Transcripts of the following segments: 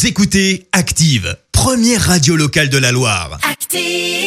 Vous écoutez Active, première radio locale de la Loire. Active!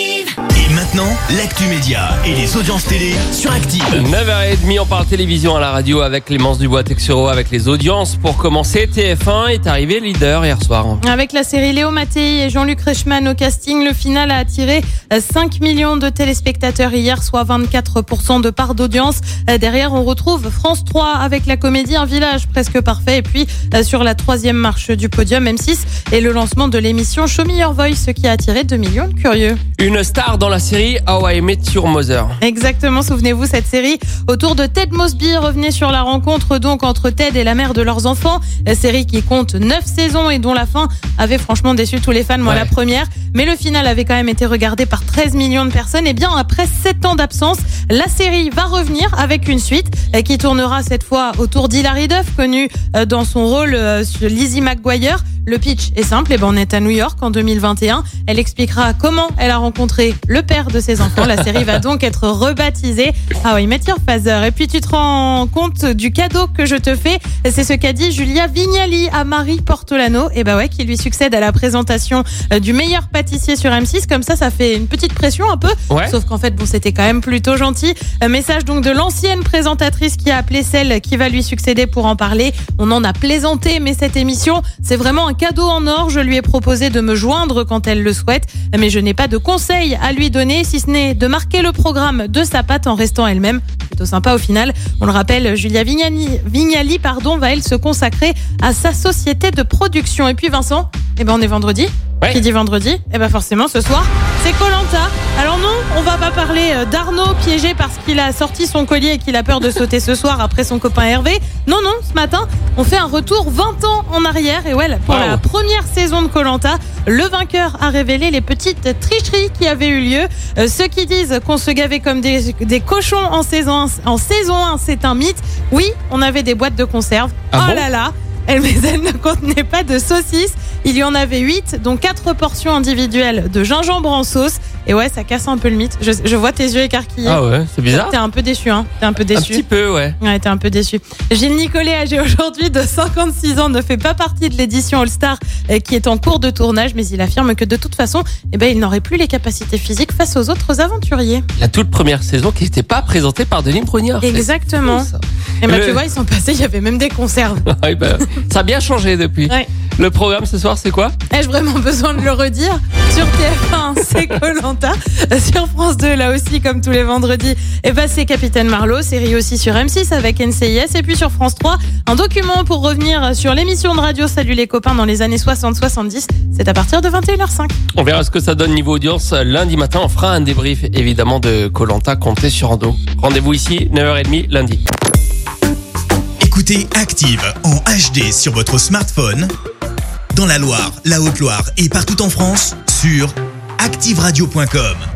Et maintenant, l'actu média et les audiences télé sur Active. 9h30, on parle télévision à la radio avec Clémence Dubois-Texero avec les audiences. Pour commencer, TF1 est arrivé leader hier soir. Avec la série Léo Mattei et Jean-Luc Reichmann au casting, le final a attiré 5 millions de téléspectateurs hier, soit 24% de part d'audience. Derrière, on retrouve France 3 avec la comédie Un village presque parfait. Et puis, sur la troisième marche du podium, M6 et le lancement de l'émission Show Me Your Voice, qui a attiré 2 millions de curieux. Une star dans la série How I Met Your Mother. Exactement, souvenez-vous, cette série autour de Ted Mosby revenait sur la rencontre donc entre Ted et la mère de leurs enfants. La série qui compte 9 saisons et dont la fin avait franchement déçu tous les fans, moi la première. Mais le final avait quand même été regardé par 13 millions de personnes. Et bien après 7 ans d'absence, la série va revenir avec une suite qui tournera cette fois autour d'Hilary Duff, connue dans son rôle sur Lizzie McGuire. Le pitch est simple, on est à New York en 2021. Elle expliquera comment elle a rencontré le père de ses enfants. La série va donc être rebaptisée How I Met Your Father. Et puis tu te rends compte du cadeau que je te fais. C'est ce qu'a dit Julia Vignali à Marie Portolano, qui lui succède à la présentation du meilleur pâtissier sur M6. Comme ça fait une petite pression un peu. Sauf qu'en fait, c'était quand même plutôt gentil. Message donc de l'ancienne présentatrice qui a appelé celle qui va lui succéder pour en parler. On en a plaisanté, mais cette émission, c'est vraiment un cadeau en or. Je lui ai proposé de me joindre quand elle le souhaite, mais je n'ai pas de conseils à lui donner, si ce n'est de marquer le programme de sa patte en restant elle-même. Plutôt sympa au final. On le rappelle, Julia Vignali, va elle se consacrer à sa société de production. Et puis Vincent, on est vendredi. Qui dit vendredi, forcément ce soir, c'est Koh-Lanta. Alors non, on va pas parler d'Arnaud piégé parce qu'il a sorti son collier et qu'il a peur de sauter ce soir après son copain Hervé. Non, ce matin, on fait un retour 20 ans en arrière. Et pour la première saison de Koh-Lanta, le vainqueur a révélé les petites tricheries qui avaient eu lieu. Ceux qui disent qu'on se gavait comme des cochons en saison 1, c'est un mythe. Oui, on avait des boîtes de conserve. Là là, mais elles ne contenaient pas de saucisses. Il y en avait 8, dont 4 portions individuelles de gingembre en sauce. Et ça casse un peu le mythe. Je vois tes yeux écarquillés. Ah ouais, c'est bizarre. T'es un peu déçu, hein. Un petit peu, ouais. Ouais, t'es un peu déçu. Gilles Nicolet, âgé aujourd'hui de 56 ans, ne fait pas partie de l'édition All-Star qui est en cours de tournage, mais il affirme que de toute façon, il n'aurait plus les capacités physiques face aux autres aventuriers. La toute première saison qui n'était pas présentée par Denis Brognard. Exactement. Et tu vois, ils sont passés, il y avait même des conserves. Ça a bien changé depuis. Ouais. Le programme ce soir, c'est quoi ? Ai-je vraiment besoin de le redire ? Sur TF1, c'est Koh-Lanta. Sur France 2, là aussi, comme tous les vendredis, c'est Capitaine Marlowe. Série aussi sur M6 avec NCIS. Et puis sur France 3, un document pour revenir sur l'émission de radio Salut les copains dans les années 60-70. C'est à partir de 21h05. On verra ce que ça donne niveau audience. Lundi matin, on fera un débrief évidemment de Koh-Lanta. Comptez sur Ando. Rendez-vous ici, 9h30 lundi. Écoutez Active en HD sur votre smartphone, dans la Loire, la Haute-Loire et partout en France, sur activeradio.com.